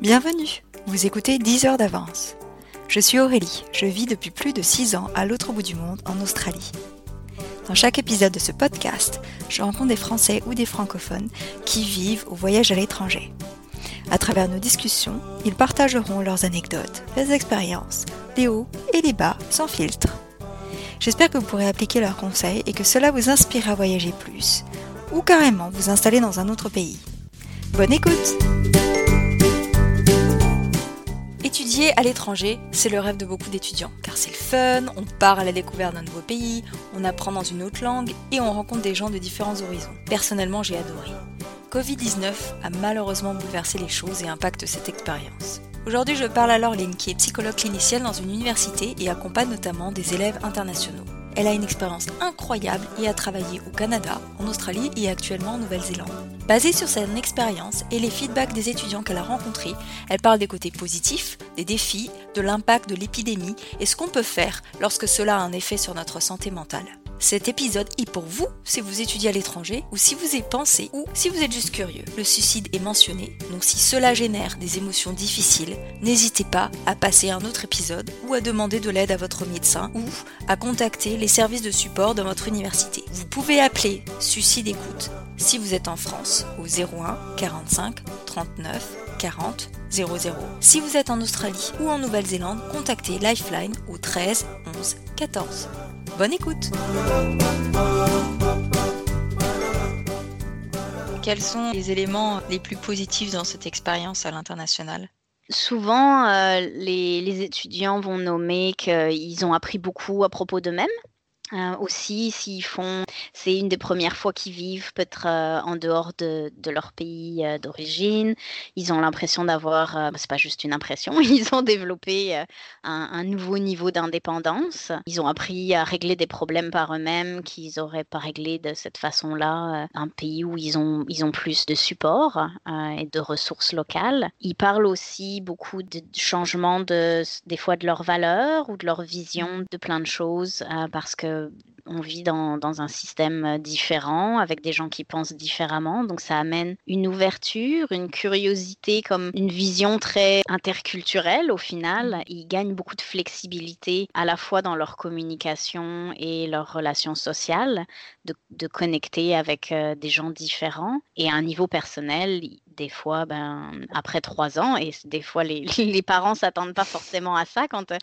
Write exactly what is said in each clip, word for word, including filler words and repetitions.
Bienvenue, vous écoutez dix heures d'avance. Je suis Aurélie, je vis depuis plus de six ans à l'autre bout du monde, en Australie. Dans chaque épisode de ce podcast, je rencontre des Français ou des francophones qui vivent ou voyagent à l'étranger. À travers nos discussions, ils partageront leurs anecdotes, leurs expériences, les hauts et les bas, sans filtre. J'espère que vous pourrez appliquer leurs conseils et que cela vous inspire à voyager plus, ou carrément vous installer dans un autre pays. Bonne écoute! Étudier à l'étranger, c'est le rêve de beaucoup d'étudiants, car c'est le fun, on part à la découverte d'un nouveau pays, on apprend dans une autre langue et on rencontre des gens de différents horizons. Personnellement, j'ai adoré. covid dix-neuf a malheureusement bouleversé les choses et impacte cette expérience. Aujourd'hui, je parle à Laureline, qui est psychologue clinicienne dans une université et accompagne notamment des élèves internationaux. Elle a une expérience incroyable et a travaillé au Canada, en Australie et actuellement en Nouvelle-Zélande. Basée sur son expérience et les feedbacks des étudiants qu'elle a rencontrés, elle parle des côtés positifs, des défis, de l'impact de l'épidémie et ce qu'on peut faire lorsque cela a un effet sur notre santé mentale. Cet épisode est pour vous si vous étudiez à l'étranger ou si vous y pensez ou si vous êtes juste curieux. Le suicide est mentionné, donc si cela génère des émotions difficiles, n'hésitez pas à passer à un autre épisode ou à demander de l'aide à votre médecin ou à contacter les services de support de votre université. Vous pouvez appeler Suicide Écoute si vous êtes en France au zéro un quarante-cinq trente-neuf quarante zéro zéro. Si vous êtes en Australie ou en Nouvelle-Zélande, contactez Lifeline au treize onze quatorze. Bonne écoute! Quels sont les éléments les plus positifs dans cette expérience à l'international? Souvent, euh, les, les étudiants vont nommer qu'ils ont appris beaucoup à propos d'eux-mêmes. Euh, aussi, s'ils font, c'est une des premières fois qu'ils vivent peut-être euh, en dehors de, de leur pays euh, d'origine, ils ont l'impression d'avoir, euh, c'est pas juste une impression, ils ont développé euh, un, un nouveau niveau d'indépendance. Ils ont appris à régler des problèmes par eux-mêmes qu'ils auraient pas réglé de cette façon-là. Euh, un pays où ils ont, ils ont plus de support euh, et de ressources locales. Ils parlent aussi beaucoup de changements de, des fois de leurs valeurs ou de leur vision de plein de choses euh, parce que on vit dans, dans un système différent, avec des gens qui pensent différemment. Donc, ça amène une ouverture, une curiosité, comme une vision très interculturelle au final. Ils gagnent beaucoup de flexibilité à la fois dans leur communication et leurs relations sociales, de, de connecter avec euh, des gens différents. Et à un niveau personnel, des fois, ben, après trois ans, et des fois, les, les parents ne s'attendent pas forcément à ça quand euh,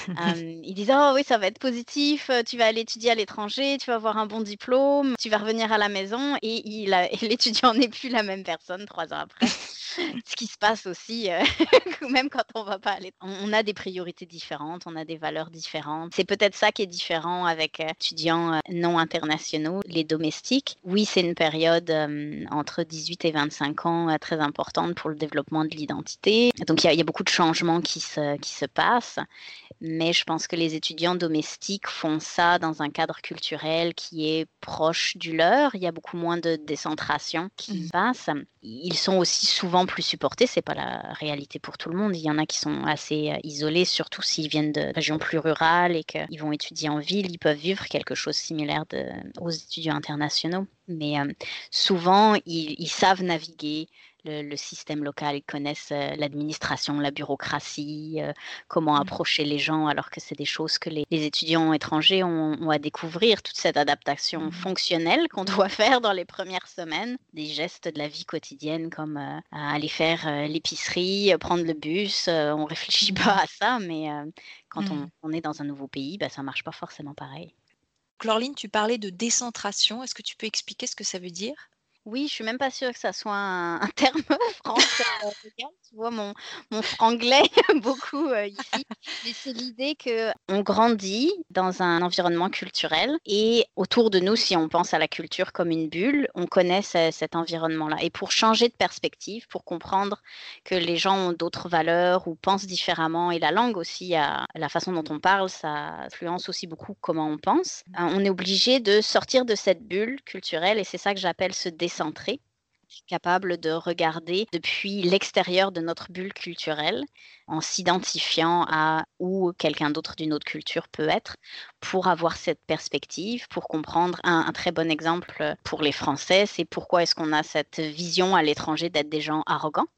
ils disent « Oh oui, ça va être positif, tu vas aller étudier à l'étranger, tu vas avoir un bon diplôme, tu vas revenir à la maison. » Et, il a, et l'étudiant n'est plus la même personne trois ans après. Ce qui se passe aussi, euh, même quand on va pas aller. On, on a des priorités différentes, on a des valeurs différentes. C'est peut-être ça qui est différent avec euh, étudiants euh, non internationaux, les domestiques. Oui, c'est une période euh, entre dix-huit et vingt-cinq ans euh, très importante pour le développement de l'identité. Donc, il y, y a beaucoup de changements qui se, qui se passent. Mais je pense que les étudiants domestiques font ça dans un cadre culturel qui est proche du leur. Il y a beaucoup moins de décentration qui mmh. passe. Ils sont aussi souvent plus supportés. C'est pas la réalité pour tout le monde. Il y en a qui sont assez isolés, surtout s'ils viennent de régions plus rurales et qu'ils vont étudier en ville. Ils peuvent vivre quelque chose de similaire de, aux étudiants internationaux. Mais euh, souvent, ils, ils savent naviguer Le, le système local, ils connaissent euh, l'administration, la bureaucratie, euh, comment mmh. approcher les gens, alors que c'est des choses que les, les étudiants étrangers ont, ont à découvrir, toute cette adaptation mmh. fonctionnelle qu'on doit faire dans les premières semaines, des gestes de la vie quotidienne comme euh, aller faire euh, l'épicerie, prendre le bus, euh, on réfléchit mmh. pas à ça, mais euh, quand mmh. on, on est dans un nouveau pays, bah, ça marche pas forcément pareil. Laureline, tu parlais de décentration, est-ce que tu peux expliquer ce que ça veut dire ? Oui, je suis même pas sûre que ça soit un, un terme français. Tu vois, mon, mon franglais beaucoup euh, ici. Mais c'est l'idée qu'on grandit dans un environnement culturel et autour de nous, si on pense à la culture comme une bulle, on connaît ce, cet environnement-là. Et pour changer de perspective, pour comprendre que les gens ont d'autres valeurs ou pensent différemment, et la langue aussi, à, la façon dont on parle, ça influence aussi beaucoup comment on pense, on est obligé de sortir de cette bulle culturelle et c'est ça que j'appelle se décentrer, capable de regarder depuis l'extérieur de notre bulle culturelle en s'identifiant à où quelqu'un d'autre d'une autre culture peut être pour avoir cette perspective, pour comprendre. Un, un très bon exemple pour les Français, c'est pourquoi est-ce qu'on a cette vision à l'étranger d'être des gens arrogants.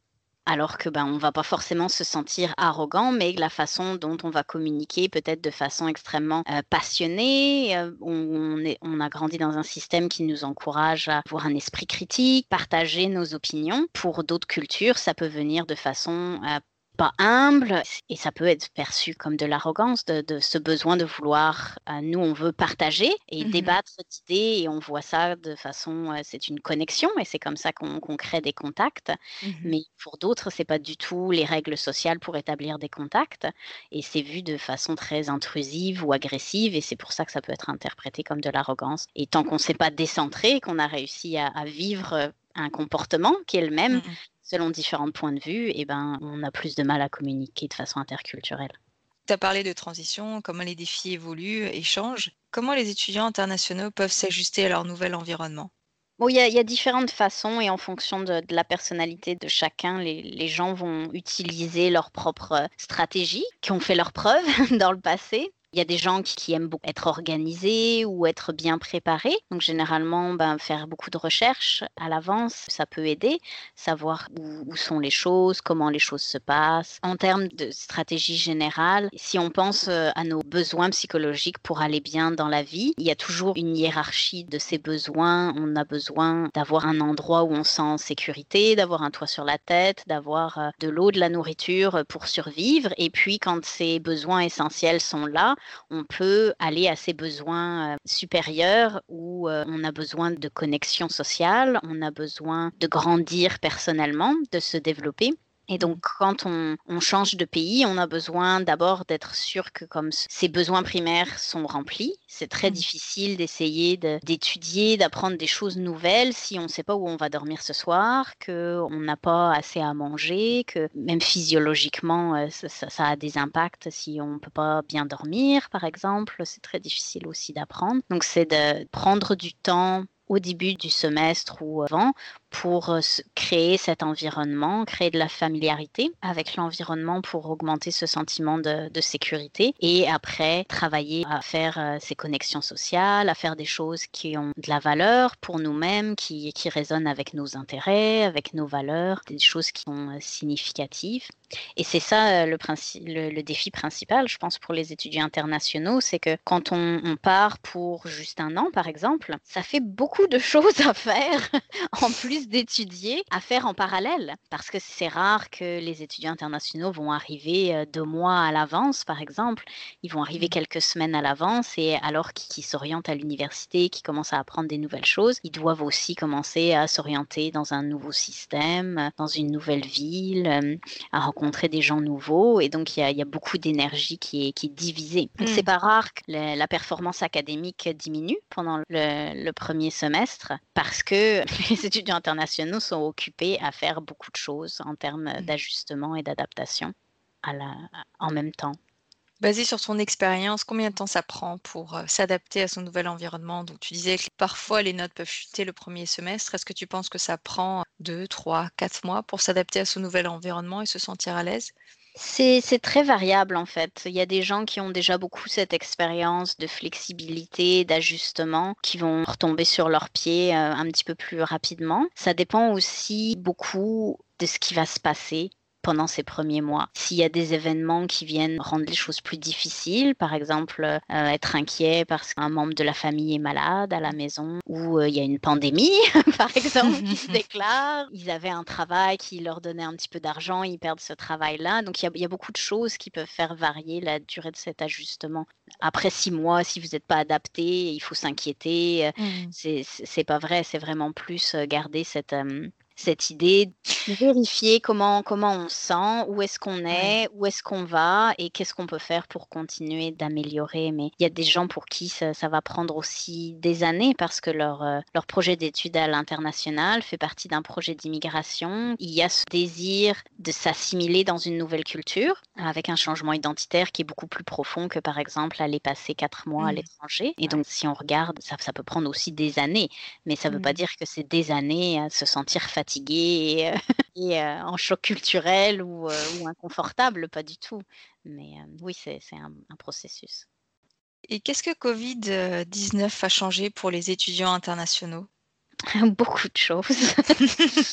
Alors que, ben, on va pas forcément se sentir arrogant, mais la façon dont on va communiquer peut-être de façon extrêmement, heu, passionnée, heu, on on est on a grandi dans un système qui nous encourage à avoir un esprit critique, partager nos opinions. Pour d'autres cultures, ça peut venir de façon, heu, pas humble et ça peut être perçu comme de l'arrogance, de de ce besoin de vouloir, heu, nous, on veut partager et Mmh. débattre d'idées et on voit ça de façon, heu, c'est une connexion et c'est comme ça qu'on qu'on crée des contacts. Mmh. Mais pour d'autres, c'est pas du tout les règles sociales pour établir des contacts et c'est vu de façon très intrusive ou agressive et c'est pour ça que ça peut être interprété comme de l'arrogance et tant qu'on ne s'est pas décentré, qu'on a réussi à à vivre, heu, un comportement qui est le même Mmh. selon différents points de vue et ben, on a plus de mal à communiquer de façon interculturelle. Tu as parlé de transition, comment les défis évoluent et changent. Comment les étudiants internationaux peuvent s'ajuster à leur nouvel environnement? Bon, il y a il y a différentes façons et en fonction de de la personnalité de chacun, les les gens vont utiliser leurs propres, heu, stratégies qui ont fait leurs preuves dans le passé. Il y a des gens qui qui aiment beaucoup être organisés ou être bien préparés. Donc généralement, ben, faire beaucoup de recherches à l'avance, ça peut aider. Savoir où où sont les choses, comment les choses se passent. En termes de stratégie générale, si on pense, heu, à nos besoins psychologiques pour aller bien dans la vie, il y a toujours une hiérarchie de ces besoins. On a besoin d'avoir un endroit où on se sent en sécurité, d'avoir un toit sur la tête, d'avoir, heu, de l'eau, de la nourriture, heu, pour survivre et puis quand ces besoins essentiels sont là, on peut aller à ces besoins, heu, supérieurs où, heu, on a besoin de connexion sociale, on a besoin de grandir personnellement, de se développer et donc Mmh. quand on on change de pays, on a besoin d'abord d'être sûr que comme c ces besoins primaires sont remplis. C'est très Mmh. difficile d'essayer de d'étudier, d'apprendre des choses nouvelles si on ne sait pas où on va dormir ce soir, qu'on n'a pas assez à manger, que même physiologiquement, heu, ça ça ça a des impacts si on ne peut pas bien dormir, par exemple. C'est très difficile aussi d'apprendre. Donc c'est de prendre du temps au début du semestre ou avant pour, heu, se créer cet environnement, créer de la familiarité avec l'environnement pour augmenter ce sentiment de de sécurité et après travailler à faire, heu, ces connexions sociales, à faire des choses qui ont de la valeur pour nous-mêmes, qui qui résonnent avec nos intérêts, avec nos valeurs, des choses qui sont, heu, significatives et c'est ça, heu, le princi le le défi principal, je pense, pour les étudiants internationaux, c'est que quand on on part pour juste un an, par exemple, ça fait beaucoup de choses à faire en plus d'étudier, à faire en parallèle. Parce que c'est rare que les étudiants internationaux vont arriver, heu, deux mois à l'avance, par exemple. Ils vont arriver Mmh. quelques semaines à l'avance et alors qu'ils qu'ils s'orientent à l'université, qu'ils commencent à apprendre des nouvelles choses, ils doivent aussi commencer à s'orienter dans un nouveau système, heu, dans une nouvelle ville, hem, à rencontrer des gens nouveaux et donc il y a il y a beaucoup d'énergie qui est qui est divisée. Donc c'est Mmh. pas rare que la la performance académique diminue pendant le le premier semestre parce que les étudiants internationaux sont occupés à faire beaucoup de choses en termes, Mmh. d'ajustement et d'adaptation à la en même temps. Basé sur ton expérience, combien de temps ça prend pour, heu, s'adapter à son nouvel environnement? Donc tu disais que parfois les notes peuvent chuter le premier semestre. Est-ce que tu penses que ça prend deux, trois, quatre mois pour s'adapter à son nouvel environnement et se sentir à l'aise? C'est c'est très variable en fait. Il y a des gens qui ont déjà beaucoup cette expérience de flexibilité, d'ajustement, qui vont retomber sur leurs pieds, heu, un petit peu plus rapidement. Ça dépend aussi beaucoup de ce qui va se passer pendant ces premiers mois. S'il y a des événements qui viennent rendre les choses plus difficiles, par exemple, heu, être inquiet parce qu'un membre de la famille est malade à la maison ou, heu, il y a une pandémie par exemple qui se déclare. Ils avaient un travail qui leur donnait un petit peu d'argent, ils perdent ce travail-là. Donc il y a il y a beaucoup de choses qui peuvent faire varier la durée de cet ajustement. Après six mois, si vous n'êtes pas adapté, il faut s'inquiéter, heu, Mmh. c'est c'est c'est pas vrai, c'est vraiment plus, heu, garder cette, hem, cette idée de vérifier comment comment on se sent, où est-ce qu'on Ouais. est, où est-ce qu'on va et qu'est-ce qu'on peut faire pour continuer d'améliorer. Mais il y a des gens pour qui ça ça va prendre aussi des années parce que leur, heu, leur projet d'études à l'international fait partie d'un projet d'immigration. Il y a ce désir de s'assimiler dans une nouvelle culture, avec un changement identitaire qui est beaucoup plus profond que, par exemple, aller passer quatre mois à Mmh. l'étranger et Ouais. donc si on regarde, ça ça peut prendre aussi des années, mais ça ne veut pas Mmh. dire que c'est des années à se sentir fatigué et heu et heu, en choc culturel ou heu, ou inconfortable, pas du tout. Mais heu, oui, c'est c'est un un processus. Et qu'est-ce que covid, dix-neuf a changé pour les étudiants internationaux? Beaucoup de choses.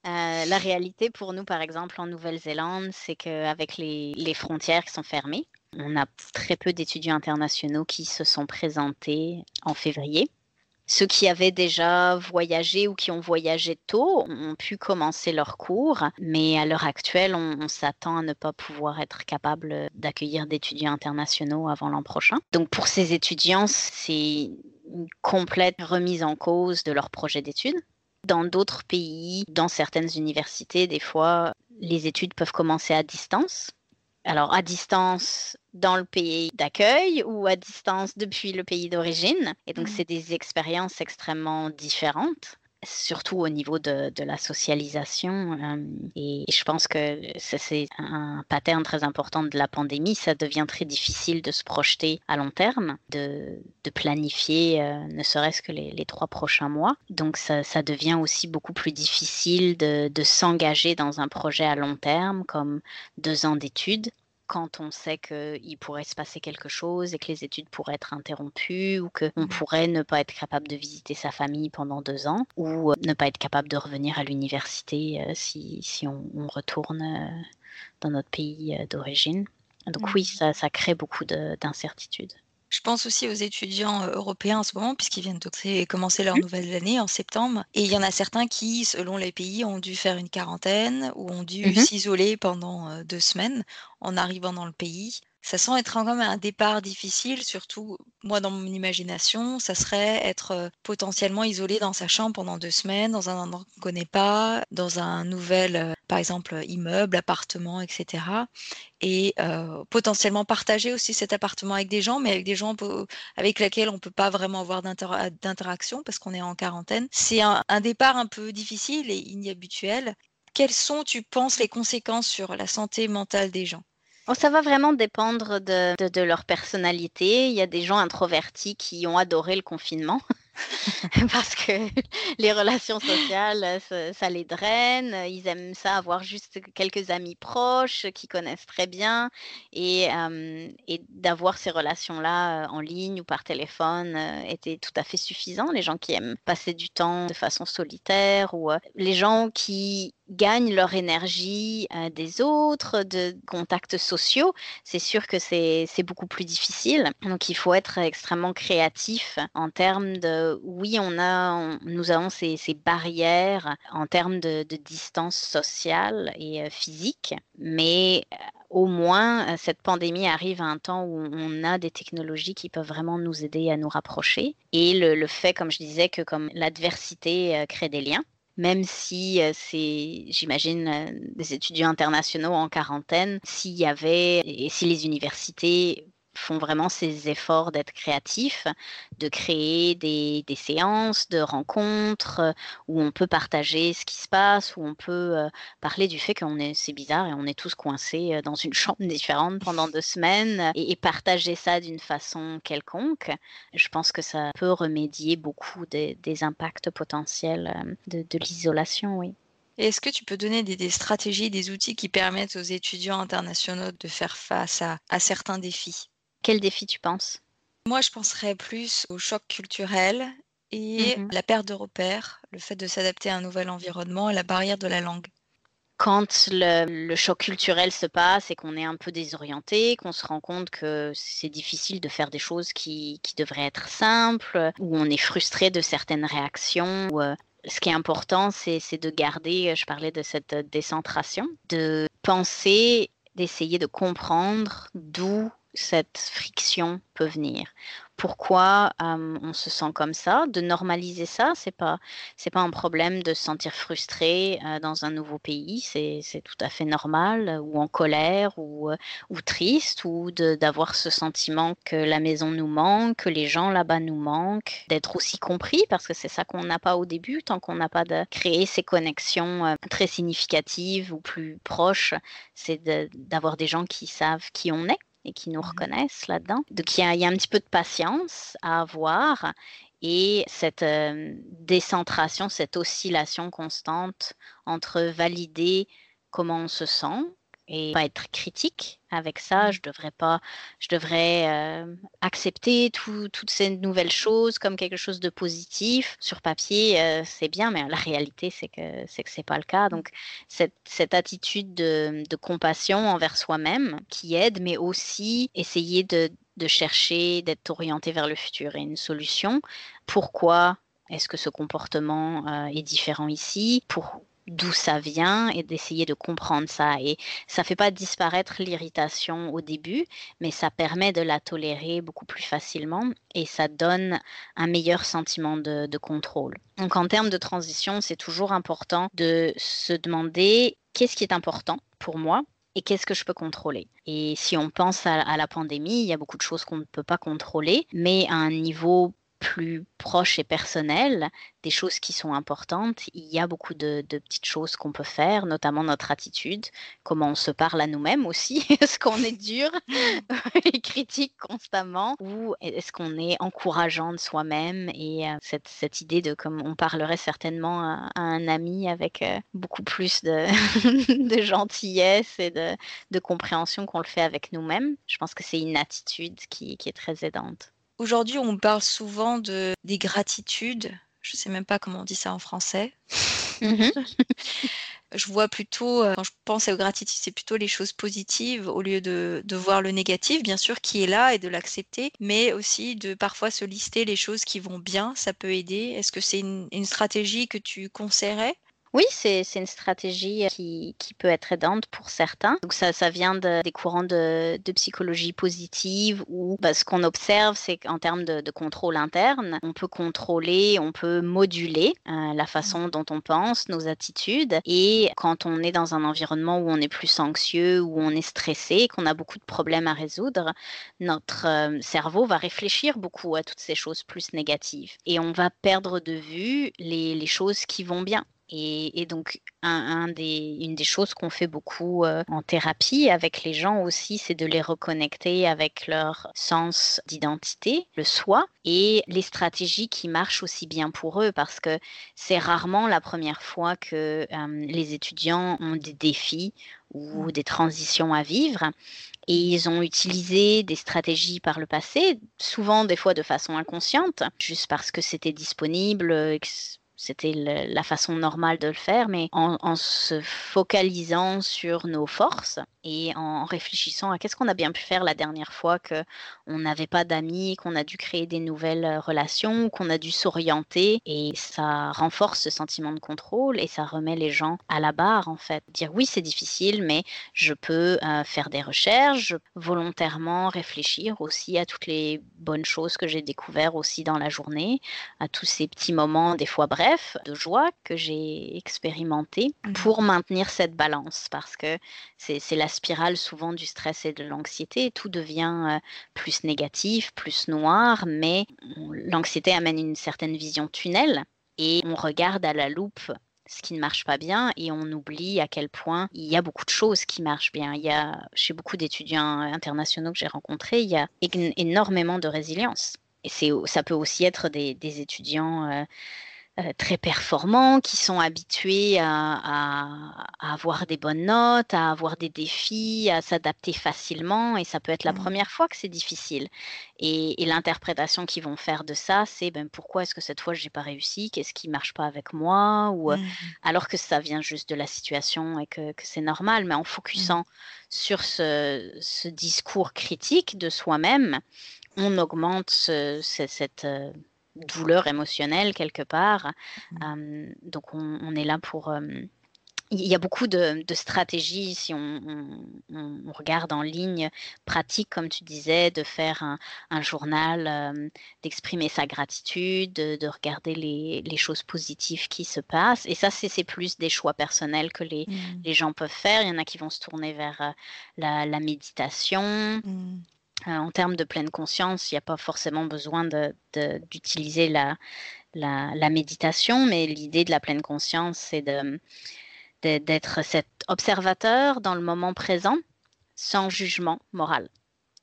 Euh, la réalité pour nous, par exemple, en Nouvelle-Zélande, c'est qu'avec les, les frontières qui sont fermées, on a très peu d'étudiants internationaux qui se sont présentés en février. Ceux qui avaient déjà voyagé ou qui ont voyagé tôt ont pu commencer leurs cours, mais à l'heure actuelle, on, on s'attend à ne pas pouvoir être capable d'accueillir d'étudiants internationaux avant l'an prochain. Donc pour ces étudiants, c'est une complète remise en cause de leur projet d'études. Dans d'autres pays, dans certaines universités, des fois, les études peuvent commencer à distance. Alors, à distance dans le pays d'accueil ou à distance depuis le pays d'origine. Et donc, Mmh. c'est des expériences extrêmement différentes, surtout au niveau de, de la socialisation. Euh, et, et je pense que ça, c'est un pattern très important de la pandémie. Ça devient très difficile de se projeter à long terme, de, de planifier euh, ne serait-ce que les, les trois prochains mois. Donc, ça, ça devient aussi beaucoup plus difficile de, de s'engager dans un projet à long terme, comme deux ans d'études, quand on sait qu'il pourrait se passer quelque chose et que les études pourraient être interrompues ou qu'on Mmh. pourrait ne pas être capable de visiter sa famille pendant deux ans ou euh, ne pas être capable de revenir à l'université euh, si, si on, on retourne euh, dans notre pays euh, d'origine. Donc oui, Mmh. ça, ça crée beaucoup de, d'incertitudes. Je pense aussi aux étudiants, heu, européens en ce moment puisqu'ils viennent de cré commencer leur Mmh. nouvelle année en septembre et il y en a certains qui, selon les pays, ont dû faire une quarantaine ou ont dû Mmh. s'isoler pendant, heu, deux semaines en arrivant dans le pays. Ça semble être quand même un départ difficile, surtout moi dans mon imagination, ça serait être, heu, potentiellement isolé dans sa chambre pendant deux semaines, dans un endroit qu'on ne connaît pas, dans un nouvel, heu, par exemple, heu, immeuble, appartement et cetera et heu, potentiellement partager aussi cet appartement avec des gens, mais avec des gens peu avec lesquels on ne peut pas vraiment avoir d'intera d'interaction parce qu'on est en quarantaine. C'est un un départ un peu difficile et inhabituel. Quelles sont, tu penses, les conséquences sur la santé mentale des gens? Oh, ça va vraiment dépendre de, de, de leur personnalité. Il y a des gens introvertis qui ont adoré le confinement. Parce que les relations sociales, heu, ça ça les draine, heu, ils aiment ça avoir juste quelques amis proches, heu, qu'ils connaissent très bien et hem et d'avoir ces relations-là, heu, en ligne ou par téléphone, heu, était tout à fait suffisant. Les gens qui aiment passer du temps de façon solitaire ou, heu, les gens qui gagnent leur énergie, heu, des autres, de contacts sociaux, c'est sûr que c'est c'est beaucoup plus difficile. Donc il faut être extrêmement créatif en termes de oui, on a on nous avons ces ces barrières en termes de de distance sociale et heu, physique, mais heu, au moins, heu, cette pandémie arrive à un temps où on a des technologies qui peuvent vraiment nous aider à nous rapprocher et le le fait, comme je disais, que comme l'adversité, heu, crée des liens, même si, heu, c'est j'imagine, heu, des étudiants internationaux en quarantaine, s'il y avait et si les universités font vraiment ces efforts d'être créatifs, de créer des des séances de rencontres, heu, où on peut partager ce qui se passe, où on peut, heu, parler du fait qu'on est c'est bizarre et on est tous coincés, heu, dans une chambre différente pendant deux semaines, heu, et et partager ça d'une façon quelconque. Je pense que ça peut remédier beaucoup des des impacts potentiels, hem, de de l'isolation, oui. Et est-ce que tu peux donner des des stratégies, des outils qui permettent aux étudiants internationaux de faire face à à certains défis? Quel défi tu penses? Moi, je penserais plus au choc culturel et Mmh. la perte de repères, le fait de s'adapter à un nouvel environnement et la barrière de la langue. Quand le le choc culturel se passe et qu'on est un peu désorienté, qu'on se rend compte que c'est difficile de faire des choses qui qui devraient être simples, où on est frustré de certaines réactions, ou, heu, ce qui est important, c'est c'est de garder, je parlais de cette, heu, décentration, de penser, d'essayer de comprendre d'où cette friction peut venir. Pourquoi, hem, on se sent comme ça, de normaliser ça, c'est pas c'est pas un problème de se sentir frustré, heu, dans un nouveau pays, c'est c'est tout à fait normal, heu, ou en colère ou, heu, ou triste ou de d'avoir ce sentiment que la maison nous manque, que les gens là-bas nous manquent, d'être aussi compris parce que c'est ça qu'on n'a pas au début, tant qu'on n'a pas de créé ces connexions, heu, très significatives ou plus proches, c'est de d'avoir des gens qui savent qui on est et qui nous Mmh. reconnaissent là-dedans. Donc il y a il y a un petit peu de patience à avoir et cette, hem, décentration, cette oscillation constante entre valider comment on se sent, et pas être critique avec ça. Je devrais pas, je devrais euh, accepter tout, toutes ces nouvelles choses comme quelque chose de positif. Sur papier, euh, c'est bien, mais la réalité, c'est que c'est que c'est pas le cas. Donc, cette, cette attitude de, de compassion envers soi-même qui aide, mais aussi essayer de, de chercher, d'être orienté vers le futur et une solution. Pourquoi est-ce que ce comportement euh, est différent ici? Pour d'où ça vient et d'essayer de comprendre ça. Et ça ne fait pas disparaître l'irritation au début, mais ça permet de la tolérer beaucoup plus facilement et ça donne un meilleur sentiment de, de contrôle. Donc en termes de transition, c'est toujours important de se demander qu'est-ce qui est important pour moi et qu'est-ce que je peux contrôler. Et si on pense à, à la pandémie, il y a beaucoup de choses qu'on ne peut pas contrôler, mais à un niveau plus proche et personnel, des choses qui sont importantes, il y a beaucoup de, de petites choses qu'on peut faire, notamment notre attitude, comment on se parle à nous-mêmes aussi, est-ce qu'on est dur et critique constamment ou est-ce qu'on est encourageant de soi-même et euh, cette, cette idée de comme on parlerait certainement à, à un ami avec euh, beaucoup plus de, de gentillesse et de, de compréhension qu'on le fait avec nous-mêmes. Je pense que c'est une attitude qui, qui est très aidante. Aujourd'hui, on parle souvent de des gratitudes. Je sais même pas comment on dit ça en français. Mhm. Je vois plutôt, euh, quand je pense aux gratitudes, c'est plutôt les choses positives au lieu de, de voir le négatif, bien sûr, qui est là et de l'accepter, mais aussi de parfois se lister les choses qui vont bien, ça peut aider. Est-ce que c'est une, une stratégie que tu conseillerais? Oui, c'est c'est une stratégie qui, qui peut être aidante pour certains. Donc ça, ça vient de- des courants de, de psychologie positive où bah, ce qu'on observe, c'est qu'en termes de, de contrôle interne, on peut contrôler, on peut moduler euh, la façon dont on pense, nos attitudes. Et quand on est dans un environnement où on est plus anxieux, où on est stressé, qu'on a beaucoup de problèmes à résoudre, notre euh, cerveau va réfléchir beaucoup à toutes ces choses plus négatives. Et on va perdre de vue les, les choses qui vont bien. Et, et donc, un, un des, une des choses qu'on fait beaucoup euh, en thérapie avec les gens aussi, c'est de les reconnecter avec leur sens d'identité, le soi, et les stratégies qui marchent aussi bien pour eux, parce que c'est rarement la première fois que euh, les étudiants ont des défis ou des transitions à vivre. Et ils ont utilisé des stratégies par le passé, souvent des fois de façon inconsciente, juste parce que c'était disponible, euh, que c'était le- la façon normale de le faire, mais en, en se focalisant sur nos forces et en réfléchissant à qu'est-ce qu'on a bien pu faire la dernière fois que on n'avait pas d'amis, qu'on a dû créer des nouvelles euh, relations, qu'on a dû s'orienter et ça renforce ce sentiment de contrôle et ça remet les gens à la barre en fait. Dire oui, c'est difficile, mais je peux euh, faire des recherches, volontairement réfléchir aussi à toutes les bonnes choses que j'ai découvertes aussi dans la journée, à tous ces petits moments, des fois brefs, de joie que j'ai expérimentés pour maintenir cette balance parce que c'est, c'est la spirale souvent du stress et de l'anxiété. Tout devient euh, plus négatif, plus noir, mais on- l'anxiété amène une certaine vision tunnel et on regarde à la loupe ce qui ne marche pas bien et on oublie à quel point il y a beaucoup de choses qui marchent bien. Il y a, chez beaucoup d'étudiants internationaux que j'ai rencontrés, il y a é- énormément de résilience. Et c'est, ça peut aussi être des, des étudiants euh, euh, très performants, qui sont habitués à, à- à avoir des bonnes notes, à avoir des défis, à s'adapter facilement. Et ça peut être la première fois que c'est difficile. Et, et l'interprétation qu'ils vont faire de ça, c'est ben, pourquoi est-ce que cette fois, je n'ai pas réussi? Qu'est-ce qui ne marche pas avec moi? Ou, euh, alors que ça vient juste de la situation et que, que c'est normal. Mais en focusant sur ce, ce discours critique de soi-même, on augmente ce- ce- cette euh, douleur émotionnelle quelque part. Euh, donc on, on est là pour... euh, il y a beaucoup de, de stratégies, si on, on- on regarde en ligne, pratiques, comme tu disais, de faire un, un journal, euh, d'exprimer sa gratitude, de, de regarder les, les choses positives qui se passent. Et ça, c'est c'est plus des choix personnels que les, les gens peuvent faire. Il y en a qui vont se tourner vers euh, la, la méditation. Euh, en termes de pleine conscience, il n'y a pas forcément besoin de, de- d'utiliser la, la, la méditation, mais l'idée de la pleine conscience, c'est de, de- d'être cet observateur dans le moment présent, sans jugement moral.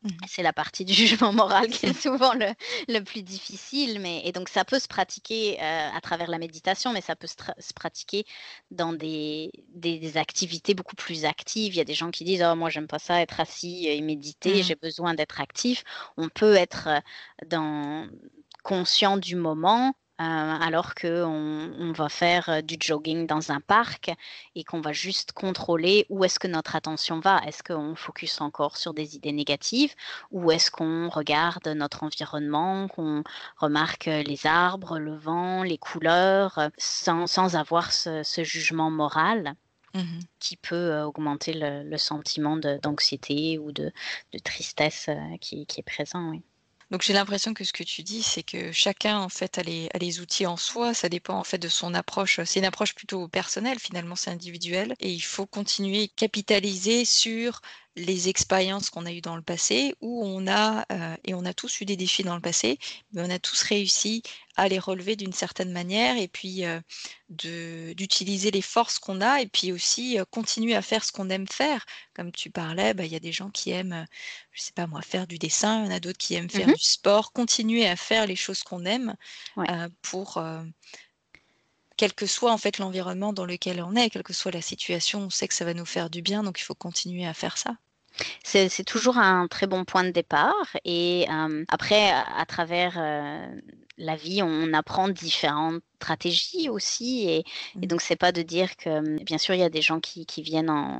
Mmh. C'est la partie du jugement moral qui est souvent le le plus difficile, mais et donc ça peut se pratiquer, heu, à travers la méditation, mais ça peut se tra se pratiquer dans des des des activités beaucoup plus actives. Il y a des gens qui disent: «Oh moi j'aime pas ça être assis et méditer, Mmh. j'ai besoin d'être actif». On peut être, heu, dans conscient du moment, heu, alors qu'on on va faire, heu, du jogging dans un parc et qu'on va juste contrôler où est-ce que notre attention va. Est-ce qu'on focus encore sur des idées négatives ou est-ce qu'on regarde notre environnement, qu'on remarque, heu, les arbres, le vent, les couleurs, heu, sans sans avoir ce ce jugement moral Mmh. qui peut, heu, augmenter le le sentiment de d'anxiété ou de de tristesse, heu, qui qui est présent, oui. Donc j'ai l'impression que ce que tu dis, c'est que chacun en fait a les a les outils en soi, ça dépend en fait de son approche, c'est une approche plutôt personnelle finalement, c'est individuel et il faut continuer, capitaliser sur les expériences qu'on a eues dans le passé où on a, heu et on a tous eu des défis dans le passé, mais on a tous réussi à les relever d'une certaine manière et puis, heu, de d'utiliser les forces qu'on a et puis aussi, heu, continuer à faire ce qu'on aime faire. Comme tu parlais, bah, il y a des gens qui aiment, je sais pas moi, faire du dessin, il y en a d'autres qui aiment faire Mmh. du sport, continuer à faire les choses qu'on aime, Ouais. heu, pour, heu, quel que soit en fait l'environnement dans lequel on est, quelle que soit la situation, on sait que ça va nous faire du bien, donc il faut continuer à faire ça. C'est c'est toujours un très bon point de départ et hem, après à à travers, heu, la vie, on apprend différentes stratégies aussi et et Mmh. donc c'est pas de dire que, mmh, bien sûr, il y a des gens qui qui viennent en,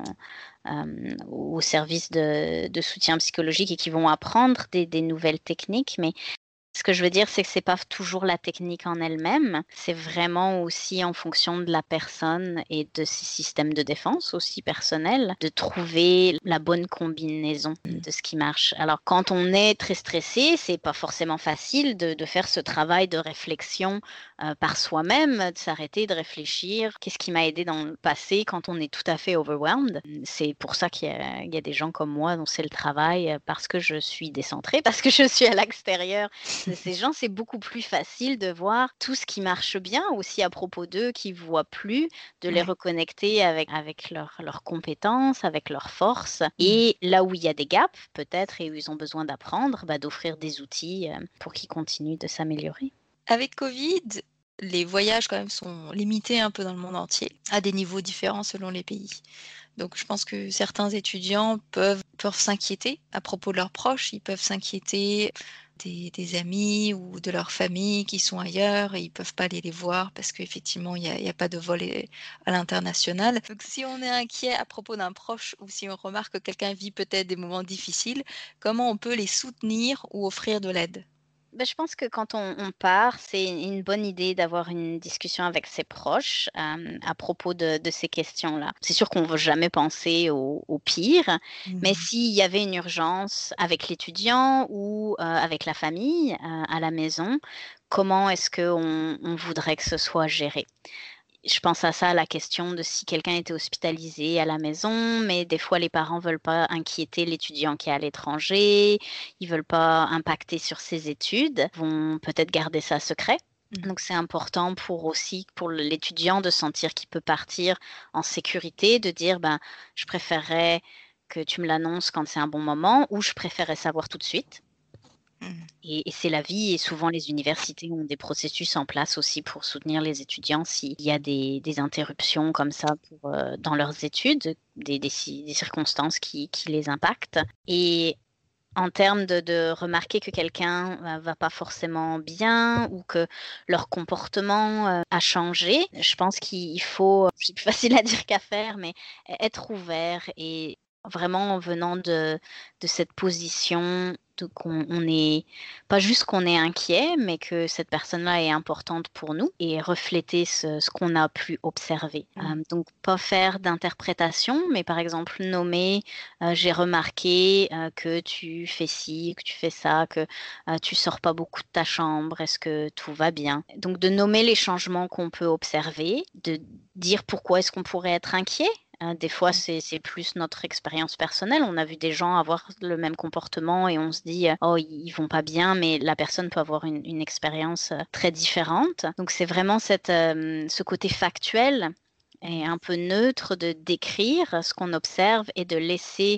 hem, au service de de soutien psychologique et qui vont apprendre des des nouvelles techniques, mais ce que je veux dire, c'est que c'est pas toujours la technique en elle-même, c'est vraiment aussi en fonction de la personne et de ses systèmes de défense aussi personnels, de trouver la bonne combinaison Mmh. de ce qui marche. Alors quand on est très stressé, c'est pas forcément facile de de faire ce travail de réflexion, heu, par soi-même, de s'arrêter, de réfléchir: «Qu'est-ce qui m'a aidé dans le passé?» quand on est tout à fait overwhelmed. C'est pour ça qu'il y a il y a des gens comme moi dont c'est le travail, heu, parce que je suis décentrée, parce que je suis à l'extérieur de ces gens, c'est beaucoup plus facile de voir tout ce qui marche bien aussi à propos d'eux, qui voient plus, de les Ouais. reconnecter avec avec leurs leurs compétences, avec leurs forces Mmh. et là où il y a des gaps peut-être et où ils ont besoin d'apprendre, bah, d'offrir des outils, heu, pour qu'ils continuent de s'améliorer. Avec Covid, les voyages quand même sont limités un peu dans le monde entier, à des niveaux différents selon les pays. Donc je pense que certains étudiants peuvent peuvent s'inquiéter à propos de leurs proches, ils peuvent s'inquiéter des des amis ou de leur famille qui sont ailleurs et ils peuvent pas aller les voir parce qu'effectivement il y a il y a pas de vol é à l'international. Donc si on est inquiet à propos d'un proche ou si on remarque que quelqu'un vit peut-être des moments difficiles, comment on peut les soutenir ou offrir de l'aide? Bah, je pense que quand on on part, c'est une bonne idée d'avoir une discussion avec ses proches, hem, à propos de de ces questions-là. C'est sûr qu'on ne veut jamais penser au au pire, mais Mmh. s'il y avait une urgence avec l'étudiant ou, heu, avec la famille, heu, à la maison, comment est-ce qu'on on voudrait que ce soit géré? Je pense à ça, à la question de si quelqu'un était hospitalisé à la maison, mais des fois les parents veulent pas inquiéter l'étudiant qui est à l'étranger, ils veulent pas impacter sur ses études, vont peut-être garder ça secret. Mmh. Donc c'est important pour aussi pour le l'étudiant de sentir qu'il peut partir en sécurité, de dire: «Ben, je préférerais que tu me l'annonces quand c'est un bon moment» ou «Je préférerais savoir tout de suite». Mmh. Et et c'est la vie et souvent les universités ont des processus en place aussi pour soutenir les étudiants s'il y a des des interruptions comme ça pour, heu, dans leurs études, des des ci des circonstances qui qui les impactent et en termes de de remarquer que quelqu'un, heu, va pas forcément bien ou que leur comportement, heu, a changé, je pense qu'il faut, c'est plus facile à dire qu'à faire, mais ê être ouvert et vraiment en venant de de cette position de qu'on on est pas juste qu'on est inquiet, mais que cette personne-là est importante pour nous et refléter ce ce qu'on a pu observer. Mmh. Hem, donc pas faire d'interprétation, mais par exemple nommer. Heu, j'ai remarqué, heu, que tu fais ci, que tu fais ça, que, heu, tu sors pas beaucoup de ta chambre. Est-ce que tout va bien? Donc de nommer les changements qu'on peut observer, de dire pourquoi est-ce qu'on pourrait être inquiet. Heu, des fois, Mmh. c'est c'est plus notre expérience personnelle. On a vu des gens avoir le même comportement et on se dit, heu: «Oh, ils ils vont pas bien», mais la personne peut avoir une une expérience, heu, très différente. Donc c'est vraiment cette, hem, ce côté factuel et Mmh. un peu neutre de décrire ce qu'on observe et de laisser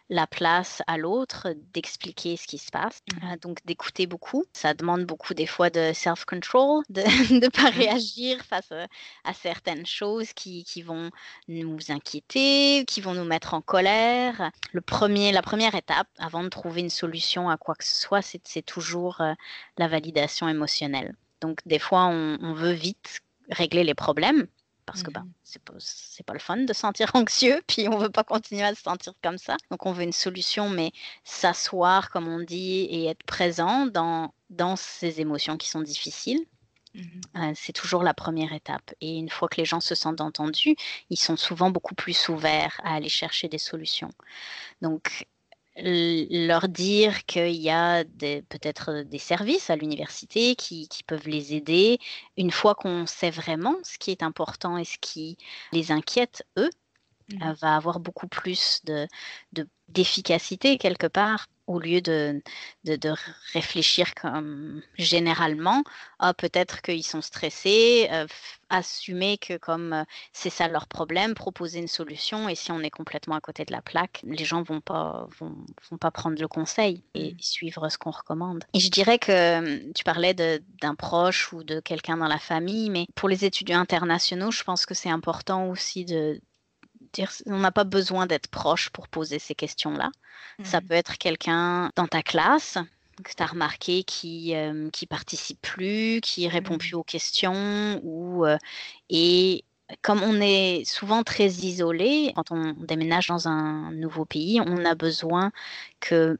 la place à l'autre d'expliquer ce qui se passe, Mmh. euh, donc d'écouter beaucoup. Ça demande beaucoup des fois de self-control, de ne pas Mmh. réagir face à, à certaines choses qui, qui vont nous inquiéter, qui vont nous mettre en colère. Le premier, la première étape, avant de trouver une solution à quoi que ce soit, c'est, c'est toujours euh, la validation émotionnelle. Donc des fois, on, on veut vite régler les problèmes, parce que bah, Mmh. c'est pas, c'est pas le fun de se sentir anxieux, puis on veut pas continuer à se sentir comme ça. Donc on veut une solution, mais s'asseoir, comme on dit, et être présent dans, dans ces émotions qui sont difficiles, Mmh. euh, c'est toujours la première étape. Et une fois que les gens se sentent entendus, ils sont souvent beaucoup plus ouverts à aller chercher des solutions. Donc l- leur dire qu'il y a des- peut-être des services à l'université qui, qui peuvent les aider, une fois qu'on sait vraiment ce qui est important et ce qui les inquiète, eux, Mmh. euh, va avoir beaucoup plus de, de- d'efficacité quelque part, au lieu de, de, de réfléchir comme généralement, ah, peut-être qu'ils sont stressés, euh, f- assumer que comme euh, c'est ça leur problème, proposer une solution, et si on est complètement à côté de la plaque, les gens vont pas, vont, vont pas prendre le conseil et Mmh. suivre ce qu'on recommande. Et je dirais que euh, tu parlais de, d'un proche ou de quelqu'un dans la famille, mais pour les étudiants internationaux, je pense que c'est important aussi de dire, on n'a pas besoin d'être proche pour poser ces questions-là. Ça Mmh. peut être quelqu'un dans ta classe que tu as remarqué qui euh, qui participe plus, qui répond Mmh. plus aux questions, ou euh, et comme on est souvent très isolé quand on déménage dans un nouveau pays, on a besoin que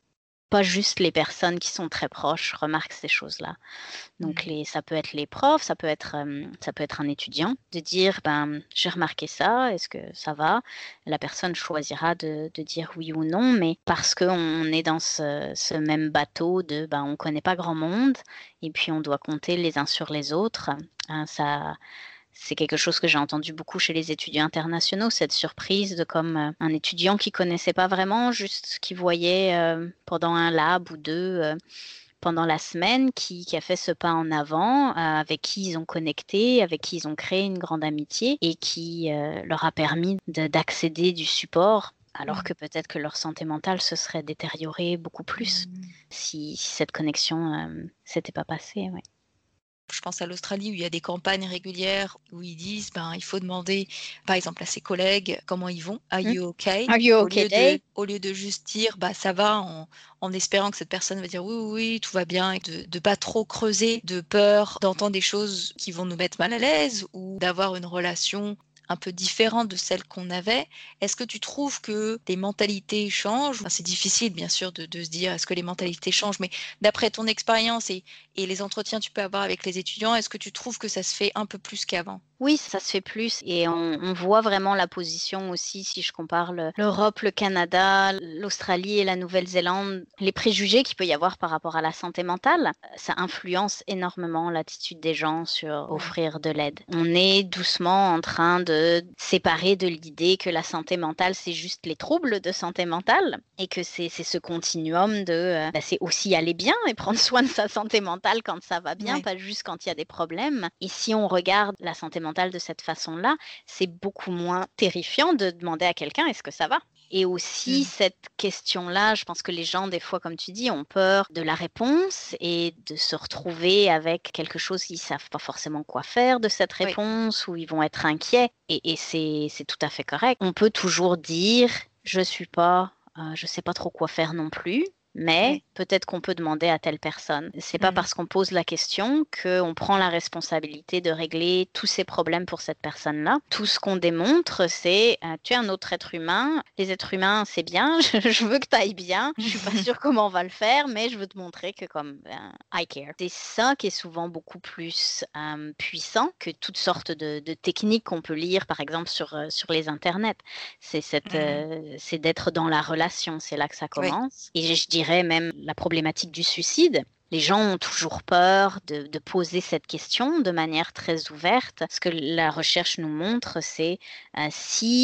pas juste les personnes qui sont très proches remarquent ces choses-là. Donc Mmh. les ça peut être les profs, ça peut être, hem, ça peut être un étudiant, de dire: «Ben, j'ai remarqué ça, est-ce que ça va?» La personne choisira de de dire oui ou non, mais parce qu'on est dans ce ce même bateau de, ben, on connaît pas grand monde et puis on doit compter les uns sur les autres, hein, ça c'est quelque chose que j'ai entendu beaucoup chez les étudiants internationaux, cette surprise de comme, heu, un étudiant qui connaissait pas vraiment, juste qui voyait, heu, pendant un lab ou deux, heu, pendant la semaine, qui qui a fait ce pas en avant, heu, avec qui ils ont connecté, avec qui ils ont créé une grande amitié et qui, heu, leur a permis de d'accéder du support, alors Mmh. que peut-être que leur santé mentale se serait détériorée beaucoup plus Mmh. si si cette connexion, hem, s'était pas passée, ouais. Je pense à l'Australie où il y a des campagnes régulières où ils disent, ben, il faut demander, par exemple, à ses collègues comment ils vont. «Are Mmh. you okay?» Are you Au okay lieu de day? au lieu de juste dire: «Bah, ça va», en en espérant que cette personne va dire: «Oui, oui, oui, tout va bien», et de de pas trop creuser, de peur d'entendre des choses qui vont nous mettre mal à l'aise ou d'avoir une relation un peu différente de celle qu'on avait. Est-ce que tu trouves que les mentalités changent? Enfin, c'est difficile bien sûr de de se dire: «Est-ce que les mentalités changent?» mais d'après ton expérience et et les entretiens que tu peux avoir avec les étudiants, est-ce que tu trouves que ça se fait un peu plus qu'avant? Oui, ça se fait plus et on on voit vraiment la position aussi si je compare le l'Europe, le Canada, l'Australie et la Nouvelle-Zélande, les préjugés qu'il peut y avoir par rapport à la santé mentale, heu, ça influence énormément l'attitude des gens sur Ouais. offrir de l'aide. On est doucement en train de séparer de l'idée que la santé mentale, c'est juste les troubles de santé mentale et que c'est c'est ce continuum de, heu, bah, c'est aussi aller bien et prendre soin de sa santé mentale quand ça va bien, Ouais. pas juste quand il y a des problèmes. Et si on regarde la santé mentale de cette façon-là, c'est beaucoup moins terrifiant de demander à quelqu'un: «Est-ce que ça va?» Et aussi Mmh. cette question-là, je pense que les gens, des fois, comme tu dis, ont peur de la réponse et de se retrouver avec quelque chose qu'ils savent pas forcément quoi faire de cette Oui. réponse, ou ils vont être inquiets, et et c'est c'est tout à fait correct. On peut toujours dire: «Je suis pas, heu, je sais pas trop quoi faire non plus, mais Oui. peut-être qu'on peut demander à telle personne». C'est pas Mmh. parce qu'on pose la question qu'on prend la responsabilité de régler tous ces problèmes pour cette personne-là. Tout ce qu'on démontre, c'est, heu, tu es un autre être humain, les êtres humains, c'est bien, je je veux que tu ailles bien, je suis pas sûre comment on va le faire, mais je veux te montrer que comme, ben, I care. C'est ça qui est souvent beaucoup plus, hem, puissant que toutes sortes de de techniques qu'on peut lire, par exemple, sur, heu, sur les internets. C'est cette, Mmh. heu, c'est d'être dans la relation, c'est là que ça Oui. commence, et je dirais même la problématique du suicide. Les gens ont toujours peur de de poser cette question de manière très ouverte. Ce que la recherche nous montre, c'est, heu, si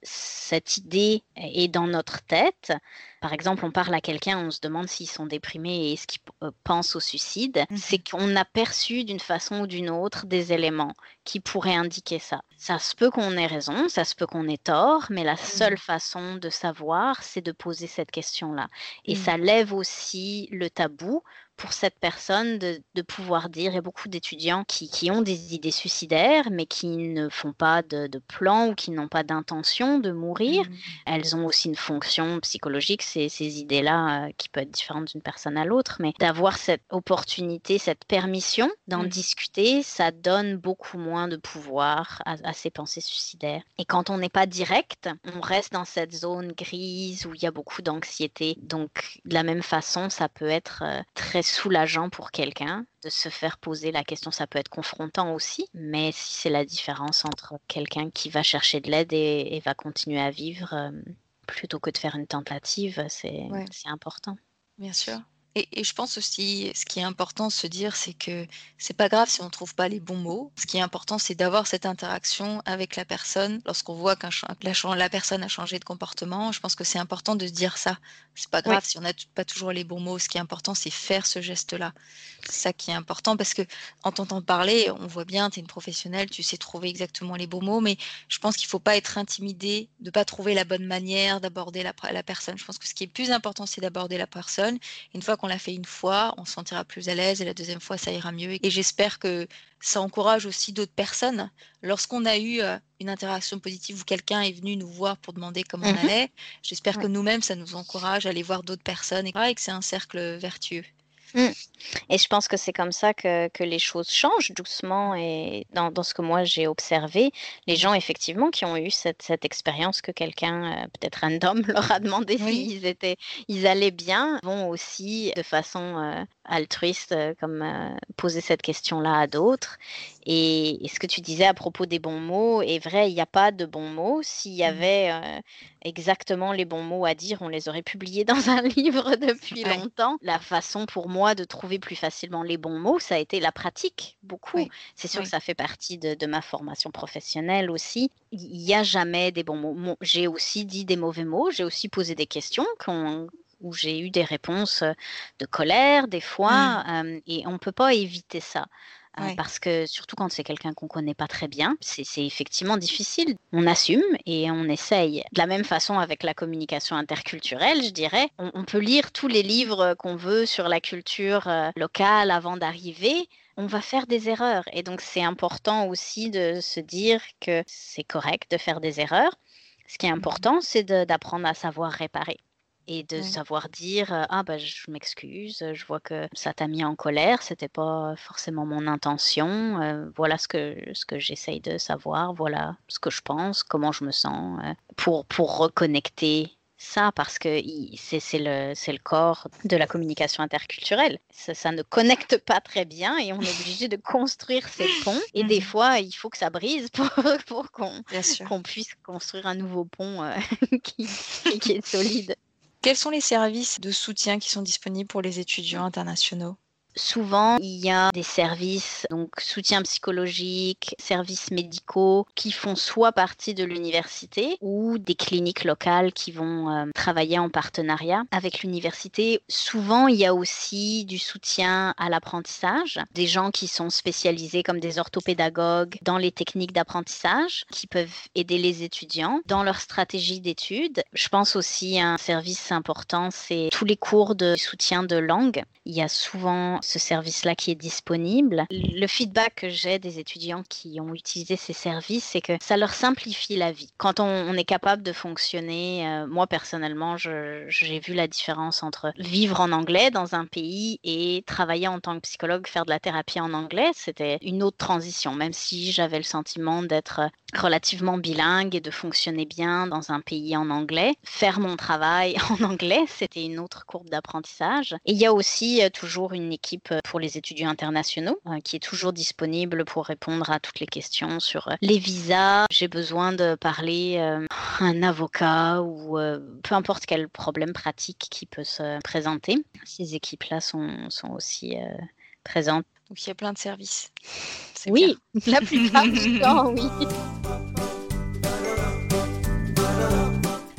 cette idée est dans notre tête. Par exemple, on parle à quelqu'un, on se demande s'ils sont déprimés et est-ce qu'ils euh, pensent au suicide. Mhm. C'est qu'on a perçu d'une façon ou d'une autre des éléments qui pourraient indiquer ça. Ça se peut qu'on ait raison, ça se peut qu'on ait tort, mais la seule Mhm. façon de savoir, c'est de poser cette question-là. Et Mhm. ça lève aussi le tabou pour cette personne de, de pouvoir dire, il y a beaucoup d'étudiants qui, qui ont des idées suicidaires, mais qui ne font pas de, de plan ou qui n'ont pas d'intention de mourir. Mhm. Elles ont aussi une fonction psychologique, ces, ces idées-là, euh, qui peut être différente d'une personne à l'autre, mais d'avoir cette opportunité, cette permission d'en Mhm. discuter, ça donne beaucoup moins de pouvoir à, à ces pensées suicidaires. Et quand on n'est pas direct, on reste dans cette zone grise où il y a beaucoup d'anxiété. Donc, de la même façon, ça peut être euh, très soulageant pour quelqu'un de se faire poser la question. Ça peut être confrontant aussi, mais si c'est la différence entre quelqu'un qui va chercher de l'aide et, et va continuer à vivre, euh, plutôt que de faire une tentative, c'est, Ouais. c'est important. Bien sûr. Et, et je pense aussi, ce qui est important de se dire, c'est que c'est pas grave si on ne trouve pas les bons mots. Ce qui est important, c'est d'avoir cette interaction avec la personne. Lorsqu'on voit qu'un cha- que la, cha- la personne a changé de comportement, je pense que c'est important de se dire ça. C'est pas Oui. grave si on n'a t- pas toujours les bons mots. Ce qui est important, c'est faire ce geste-là. C'est ça qui est important parce que en t'entendant parler, on voit bien, tu es une professionnelle, tu sais trouver exactement les bons mots, mais je pense qu'il faut pas être intimidé de pas trouver la bonne manière d'aborder la, pr- la personne. Je pense que ce qui est plus important, c'est d'aborder la personne. Une fois qu'on l'a fait une fois, on se sentira plus à l'aise et la deuxième fois, ça ira mieux. Et j'espère que ça encourage aussi d'autres personnes. Lorsqu'on a eu euh, une interaction positive ou quelqu'un est venu nous voir pour demander comment on Mhm. allait, j'espère que Ouais. nous-mêmes, ça nous encourage à aller voir d'autres personnes et et que c'est un cercle vertueux. Mm. Et je pense que c'est comme ça que, que les choses changent doucement. Et dans, dans ce que moi j'ai observé, les gens effectivement qui ont eu cette, cette expérience que quelqu'un, euh, peut-être random, leur a demandé Oui. s'ils étaient, ils allaient bien, vont aussi de façon euh, altruiste, euh, comme euh, poser cette question-là à d'autres. Et, et ce que tu disais à propos des bons mots est vrai, il n'y a pas de bons mots. S'il y Mm. avait euh, exactement les bons mots à dire, on les aurait publiés dans un livre depuis Ouais. longtemps. La façon pour moi de trouver plus facilement les bons mots, ça a été la pratique, beaucoup. Oui. C'est sûr que Oui. ça fait partie de, de ma formation professionnelle aussi. Il n'y a jamais des bons mots. Mon- J'ai aussi dit des mauvais mots, j'ai aussi posé des questions qu'on- où j'ai eu des réponses euh, de colère, des fois, Mm. euh, et on ne peut pas éviter ça. Euh, Ouais. parce que surtout quand c'est quelqu'un qu'on connaît pas très bien, c'est c'est effectivement difficile. On assume et on essaye. De la même façon avec la communication interculturelle, je dirais, on, on peut lire tous les livres qu'on veut sur la culture euh, locale avant d'arriver. On va faire des erreurs. Et donc, c'est important aussi de se dire que c'est correct de faire des erreurs. Ce qui est Mhm. important, c'est de- d'apprendre à savoir réparer et de Ouais. savoir dire euh, ah bah je m'excuse, je vois que ça t'a mis en colère, c'était pas forcément mon intention, euh, voilà ce que ce que j'essaye de savoir, voilà ce que je pense, comment je me sens, euh, pour pour reconnecter ça parce que il- c'est c'est le c'est le corps de la communication interculturelle. Ça, ça ne connecte pas très bien et on est obligé de construire ces ponts et des Mhm. fois il faut que ça brise pour pour qu'on Bien sûr. qu'on puisse construire un nouveau pont euh, qui, qui qui est solide. Quels sont les services de soutien qui sont disponibles pour les étudiants internationaux? Souvent, il y a des services, donc soutien psychologique, services médicaux qui font soit partie de l'université ou des cliniques locales qui vont euh, travailler en partenariat avec l'université. Souvent, il y a aussi du soutien à l'apprentissage, des gens qui sont spécialisés comme des orthopédagogues dans les techniques d'apprentissage qui peuvent aider les étudiants dans leur stratégie d'études. Je pense aussi à un service important, c'est tous les cours de soutien de langue. Il y a souvent ce service-là qui est disponible. Le feedback que j'ai des étudiants qui ont utilisé ces services, c'est que ça leur simplifie la vie. Quand on, on est capable de fonctionner, euh, moi personnellement, je, j'ai vu la différence entre vivre en anglais dans un pays et travailler en tant que psychologue, faire de la thérapie en anglais. C'était une autre transition, même si j'avais le sentiment d'être relativement bilingue et de fonctionner bien dans un pays en anglais. Faire mon travail en anglais, c'était une autre courbe d'apprentissage. Et il y a aussi euh, toujours une équipe pour les étudiants internationaux euh, qui est toujours disponible pour répondre à toutes les questions sur euh, les visas. J'ai besoin de parler euh, à un avocat ou euh, peu importe quel problème pratique qui peut se présenter. Ces équipes-là sont, sont aussi euh, présentes. Donc il y a plein de services. C'est Oui, bien. la plupart du temps, oui.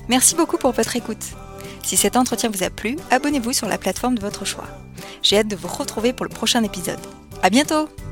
Merci beaucoup pour votre écoute. Si cet entretien vous a plu, abonnez-vous sur la plateforme de votre choix. J'ai hâte de vous retrouver pour le prochain épisode. À bientôt!